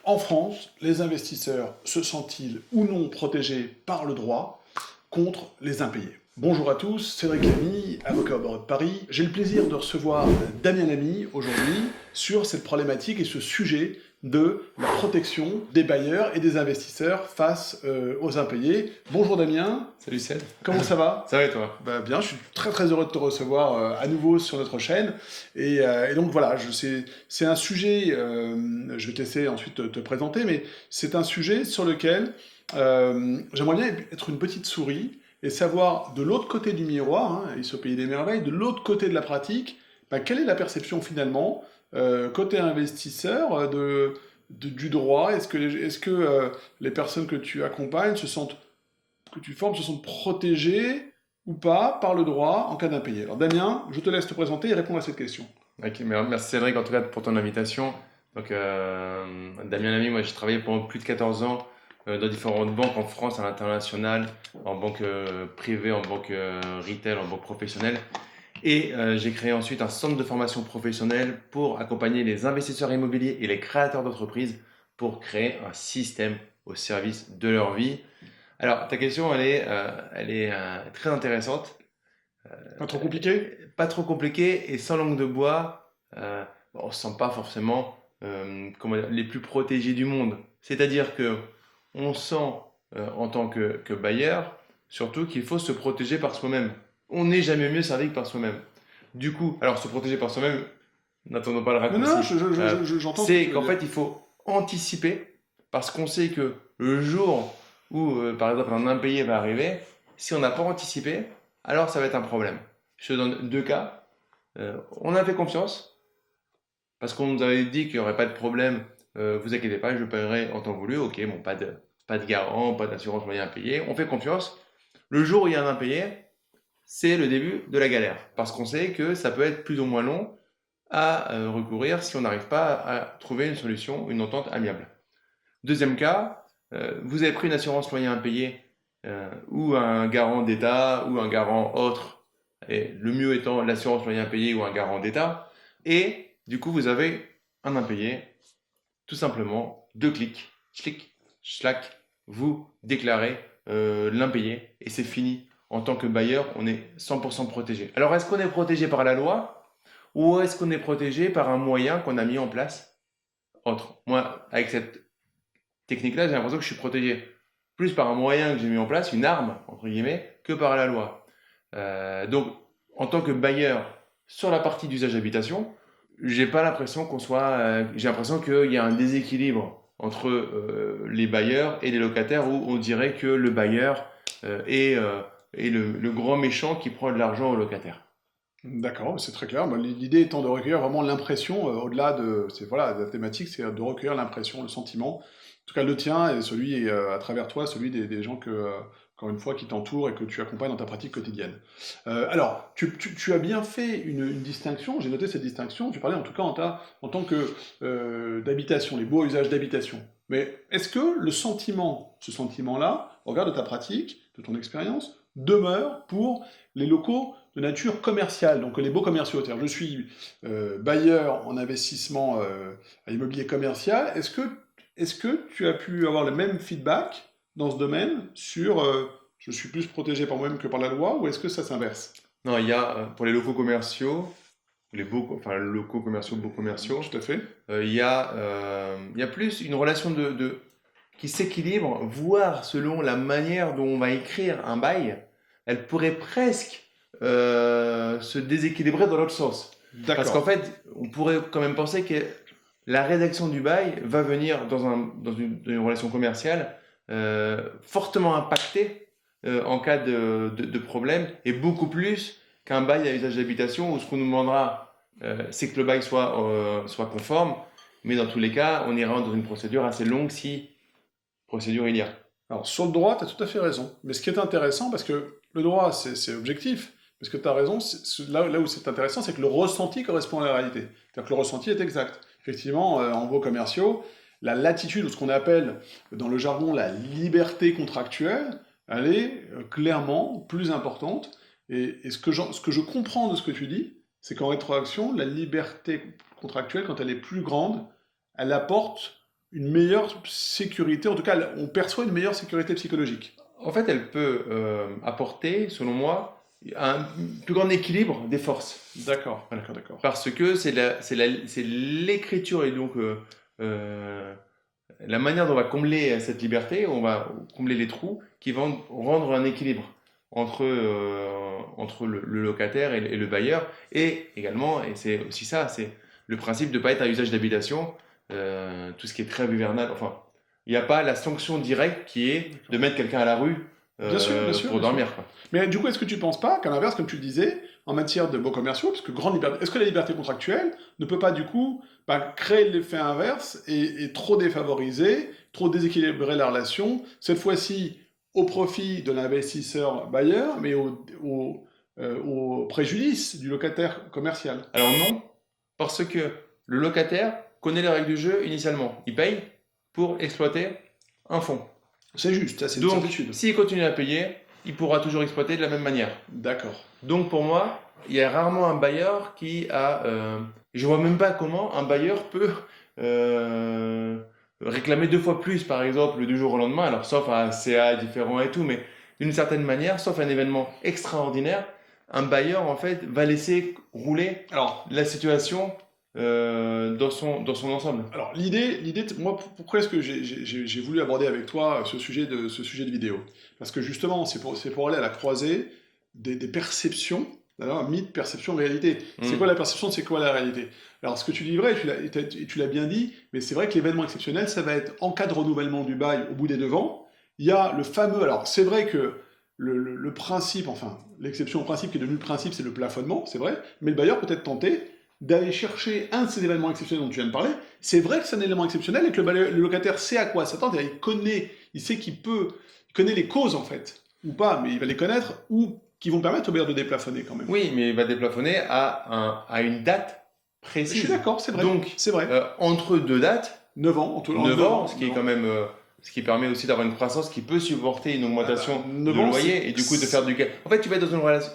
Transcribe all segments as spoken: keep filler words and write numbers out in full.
En France, les investisseurs se sentent-ils ou non protégés par le droit contre les impayés? Bonjour à tous, Cédric Lamy, avocat au barreau de Paris. J'ai le plaisir de recevoir Damien Lamy aujourd'hui sur cette problématique et ce sujet de la protection des bailleurs et des investisseurs face euh, aux impayés. Bonjour Damien. Salut Céd. Comment ça va? Ça va et toi? Bah, bien, je suis très très heureux de te recevoir euh, à nouveau sur notre chaîne. Et, euh, et donc voilà, c'est un sujet, euh, je vais te laisser ensuite te, te présenter, mais c'est un sujet sur lequel euh, j'aimerais bien être une petite souris et savoir de l'autre côté du miroir, hein, ils sont pays des merveilles, de l'autre côté de la pratique, bah, quelle est la perception finalement, euh, côté investisseur, euh, de, de- du droit? Est-ce que, les, est-ce que euh, les personnes que tu accompagnes se sentent, que tu formes, se sentent protégées ou pas par le droit en cas d'impayé? Alors Damien, je te laisse te présenter et répondre à cette question. Ok, mais merci Cédric en tout cas pour ton invitation. Donc, euh, Damien Lamy, moi j'ai travaillé pendant plus de quatorze ans euh, dans différentes banques en France, à l'international, en banque euh, privée, en banque euh, retail, en banque professionnelle. Et euh, j'ai créé ensuite un centre de formation professionnelle pour accompagner les investisseurs immobiliers et les créateurs d'entreprises pour créer un système au service de leur vie. Alors, ta question, elle est, euh, elle est euh, très intéressante. Pas trop compliqué? Pas trop compliqué et sans langue de bois, euh, on ne se sent pas forcément euh, comment dire, les plus protégés du monde. C'est-à-dire que on sent euh, en tant que, que bailleur, surtout qu'il faut se protéger par soi-même. On n'est jamais mieux servi que par soi-même. Du coup, alors se protéger par soi-même, n'attendons pas le Non, raccourci. non, je- je- je- Euh, je- j'entends ce que c'est tu veux qu'en dire. fait, il faut anticiper parce qu'on sait que le jour où, euh, par exemple, un impayé va arriver, si on n'a pas anticipé, alors ça va être un problème. Je te donne deux cas. Euh, on a fait confiance parce qu'on nous avait dit qu'il n'y aurait pas de problème. Euh, vous inquiétez pas, je paierai en temps voulu. Ok, bon, pas de, pas de garant, pas d'assurance moyen à payer. On fait confiance. Le jour où il y a un impayé, c'est le début de la galère parce qu'on sait que ça peut être plus ou moins long à euh, recourir si on n'arrive pas à trouver une solution, une entente amiable. Deuxième cas, euh, vous avez pris une assurance moyen à payer euh, ou un garant d'État ou un garant autre, et le mieux étant l'assurance moyen à payer ou un garant d'État, et du coup vous avez un impayé, tout simplement, deux clics, clic, schlac, vous déclarez euh, l'impayé et c'est fini. En tant que bailleur, on est cent pour cent protégé. Alors est-ce qu'on est protégé par la loi ou est-ce qu'on est protégé par un moyen qu'on a mis en place autre? Moi, avec cette technique-là, j'ai l'impression que je suis protégé plus par un moyen que j'ai mis en place, une arme, entre guillemets, que par la loi. Euh, donc, en tant que bailleur, sur la partie d'usage d'habitation, j'ai pas l'impression qu'on soit. Euh, j'ai l'impression qu'il y a un déséquilibre entre euh, les bailleurs et les locataires où on dirait que le bailleur euh, est, euh, est le, le grand méchant qui prend de l'argent aux locataires. D'accord, c'est très clair. Bah, l'idée étant de recueillir vraiment l'impression, euh, au-delà de, c'est voilà, de la thématique, c'est de recueillir l'impression, le sentiment, en tout cas le tien et celui euh, à travers toi, celui des, des gens que, euh, encore une fois, qui t'entourent et que tu accompagnes dans ta pratique quotidienne. Euh, alors, tu, tu- tu as bien fait une, une distinction. J'ai noté cette distinction. Tu parlais en tout cas en, ta- en tant que euh, d'habitation, les beaux usages d'habitation. Mais est-ce que le sentiment, ce sentiment-là, au regard de ta pratique, de ton expérience, demeure pour les locaux de nature commerciale, donc les beaux commerciaux? C'est-à-dire, je suis euh, bailleur en investissement euh, à l'immobilier commercial. Est-ce que, est-ce que tu as pu avoir le même feedback dans ce domaine sur euh, je suis plus protégé par moi-même que par la loi, ou est-ce que ça s'inverse? Non, il y a euh, pour les locaux commerciaux, les beaux, enfin locaux commerciaux, beaux commerciaux, Tout à fait. euh, il y a, euh, il y a plus une relation de, de- qui s'équilibre, voire selon la manière dont on va écrire un bail, elle pourrait presque euh, se déséquilibrer dans l'autre sens. Parce qu'en D'accord. fait, on pourrait quand même penser que la rédaction du bail va venir dans, un, dans une, dans une relation commerciale euh, fortement impactée euh, en cas de, de, de problème et beaucoup plus qu'un bail à usage d'habitation où ce qu'on nous demandera, euh, c'est que le bail soit, euh, soit conforme. Mais dans tous les cas, on ira dans une procédure assez longue si procédure il y a. Alors, sur le droit, tu as tout à fait raison. Mais ce qui est intéressant, parce que le droit, c'est c'est objectif, parce que tu as raison, c'est- c'est- là, là où c'est intéressant, c'est que le ressenti correspond à la réalité. C'est-à-dire que le ressenti est exact. Effectivement, euh, en vos commerciaux, la latitude, ou ce qu'on appelle dans le jargon la liberté contractuelle, elle est euh, clairement plus importante. Et, et ce que j'en- ce que je comprends de ce que tu dis, c'est qu'en rétroaction, la liberté contractuelle, quand elle est plus grande, elle apporte une meilleure sécurité, en tout cas, on perçoit une meilleure sécurité psychologique. En fait, elle peut euh, apporter, selon moi, un plus grand équilibre des forces. D'accord, d'accord, d'accord. Parce que c'est la, c'est la, c'est l'écriture et donc euh, euh, la manière dont on va combler cette liberté, on va combler les trous qui vont rendre un équilibre entre, euh, entre le, le locataire et le, et le bailleur. Et également, et c'est aussi ça, c'est le principe de ne pas être à usage d'habitation, euh, tout ce qui est trêve hivernale. Enfin, il n'y a pas la sanction directe qui est de mettre quelqu'un à la rue Bien sûr, bien euh, sûr, pour bien sûr. dormir, quoi. Mais du coup, est-ce que tu ne penses pas qu'à l'inverse, comme tu le disais, en matière de baux commerciaux, parce que grande liberté, est-ce que la liberté contractuelle ne peut pas du coup bah, créer l'effet inverse et, et trop défavoriser, trop déséquilibrer la relation, cette fois-ci au profit de l'investisseur bailleur, mais au, au, euh, au préjudice du locataire commercial? Alors non, parce que le locataire connaît les règles du jeu initialement. Il paye pour exploiter un fonds. C'est juste, ça c'est une Donc, certitude. s'il continue à payer, il pourra toujours exploiter de la même manière. D'accord. Donc, pour moi, il y a rarement un bailleur qui a... Euh, je vois même pas comment un bailleur peut euh, réclamer deux fois plus, par exemple, du jour au lendemain. Alors, sauf un C A différent et tout, mais d'une certaine manière, sauf un événement extraordinaire, un bailleur, en fait, va laisser rouler Alors, la situation euh, dans son, dans son ensemble. Alors l'idée, l'idée, moi pourquoi est-ce que j'ai- j'ai j'ai voulu aborder avec toi ce sujet de, ce sujet de vidéo? Parce que justement, c'est pour, c'est pour aller à la croisée des, des perceptions, alors, mythe, perception, réalité. C'est Mm. quoi la perception, c'est quoi la réalité? Alors ce que tu dis vrai, et tu l'as- et t'as- et tu l'as bien dit, mais c'est vrai que l'événement exceptionnel, ça va être en cas de renouvellement du bail au bout des deux ans. Il y a le fameux, alors c'est vrai que le, le- le principe, enfin l'exception au principe qui est devenu le principe, c'est le plafonnement, c'est vrai, mais le bailleur peut être tenté d'aller chercher un de ces événements exceptionnels dont tu viens de parler. C'est vrai que c'est un élément exceptionnel et que le, le locataire sait à quoi s'attendre, il connaît, il sait qu'il peut, il connaît les causes en fait, ou pas, mais il va les connaître, ou qui vont permettre au bailleur de déplafonner quand même. Oui, mais il va déplafonner à, un, à une date Je précise. suis d'accord, c'est vrai. Donc, c'est vrai. Euh, entre deux dates, neuf ans, en tout neuf ans, ce qui est neuf quand même, euh, ce qui permet aussi d'avoir une croissance qui peut supporter une augmentation Ah bah, de neuf ans, loyer c'est- et du coup de faire du gain. En fait, tu vas être dans une relation.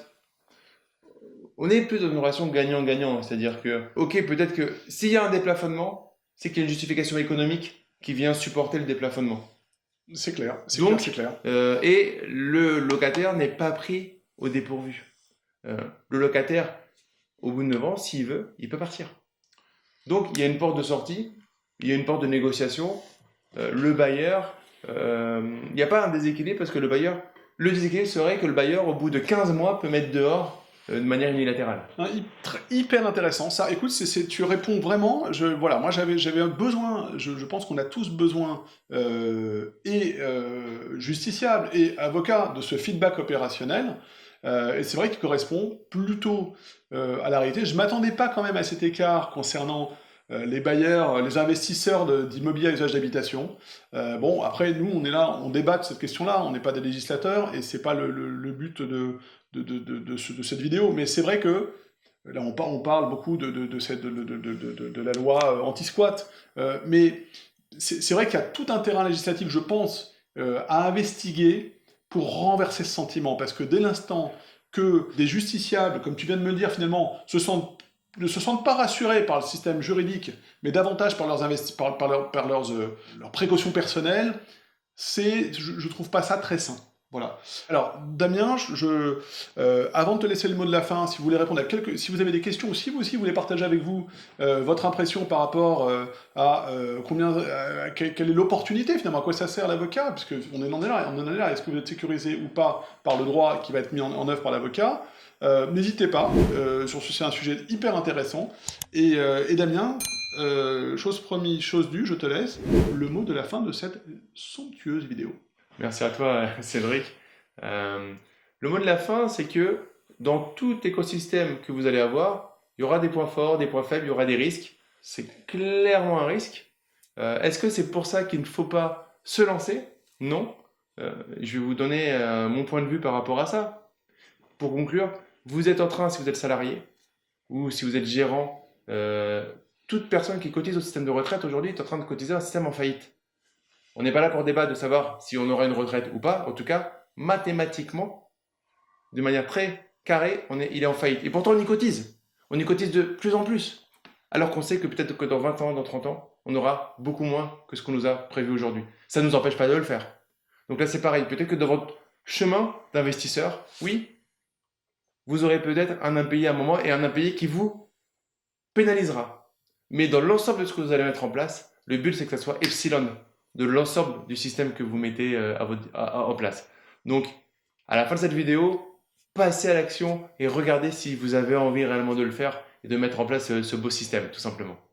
On est plus dans une relation gagnant-gagnant, c'est-à-dire que, ok, peut-être que s'il y a un déplafonnement, c'est qu'il y a une justification économique qui vient supporter le déplafonnement. C'est clair, c'est Donc, clair, c'est clair. Euh, et le locataire n'est pas pris au dépourvu. Euh, le locataire, au bout de neuf ans, s'il veut, il peut partir. Donc, il y a une porte de sortie, il y a une porte de négociation. Euh, le bailleur, euh, il n'y a pas un déséquilibre parce que le bailleur, le déséquilibre serait que le bailleur, au bout de quinze mois, peut mettre dehors euh, de manière unilatérale. Hein, hyper intéressant. Ça, écoute, c'est, c'est- tu réponds vraiment. Je, voilà, moi j'avais, j'avais un besoin. Je, je pense qu'on a tous besoin euh, et euh, justiciable et avocat de ce feedback opérationnel. Euh, et c'est vrai qu'il correspond plutôt euh, à la réalité. Je m'attendais pas quand même à cet écart concernant euh, les bailleurs, les investisseurs de- d'immobilier à usage d'habitation. Euh, bon, après, nous, on est là, on débat de cette question-là. On n'est pas des législateurs et c'est pas le, le- le but de, de, de, de, de ce- de cette vidéo. Mais c'est vrai que là, on, par- on parle beaucoup de, de, de, cette, de, de, de, de- de la loi euh, anti-squat. Euh, mais c'est c'est vrai qu'il y a tout un terrain législatif, je pense, euh, à investiguer pour renverser ce sentiment. Parce que dès l'instant que des justiciables, comme tu viens de me le dire, finalement, se sentent, ne se sentent pas rassurés par le système juridique, mais davantage par leurs, investi- par, par leur- par leurs, euh, leurs précautions personnelles, c'est, je, je trouve pas ça très sain. Voilà. Alors, Damien, je, je, euh, avant de te laisser le mot de la fin, si vous voulez répondre à quelques, si vous avez des questions ou si vous aussi voulez partager avec vous euh, votre impression par rapport euh, à euh, combien, à quelle, quelle est l'opportunité finalement, à quoi ça sert l'avocat, puisque on en est là, on en est là. Est-ce que vous êtes sécurisé ou pas par le droit qui va être mis en, en œuvre par l'avocat? Euh, N'hésitez pas. Euh, sur ce, c'est un sujet hyper intéressant. Et, euh, et Damien, euh, chose promise, chose due, je te laisse le mot de la fin de cette somptueuse vidéo. Merci à toi, Cédric. Euh, le mot de la fin, c'est que dans tout écosystème que vous allez avoir, il y aura des points forts, des points faibles, il y aura des risques. C'est clairement un risque. Euh, Est-ce que c'est pour ça qu'il ne faut pas se lancer? Non. Euh, je vais vous donner euh, mon point de vue par rapport à ça. Pour conclure, vous êtes en train, si vous êtes salarié ou si vous êtes gérant, euh, toute personne qui cotise au système de retraite aujourd'hui est en train de cotiser un système en faillite. On n'est pas là pour débattre de savoir si on aura une retraite ou pas. En tout cas, mathématiquement, de manière très carrée, on est, il est en faillite. Et pourtant, on y cotise. On y cotise de plus en plus. Alors qu'on sait que peut-être que dans vingt ans, dans trente ans, on aura beaucoup moins que ce qu'on nous a prévu aujourd'hui. Ça ne nous empêche pas de le faire. Donc là, c'est pareil. Peut-être que dans votre chemin d'investisseur, oui, vous aurez peut-être un impayé à un moment et un impayé qui vous pénalisera. Mais dans l'ensemble de ce que vous allez mettre en place, le but, c'est que ça soit epsilon de l'ensemble du système que vous mettez euh, à votre, à- à- en place. Donc, à la fin de cette vidéo, passez à l'action et regardez si vous avez envie réellement de le faire et de mettre en place euh, ce beau système, tout simplement.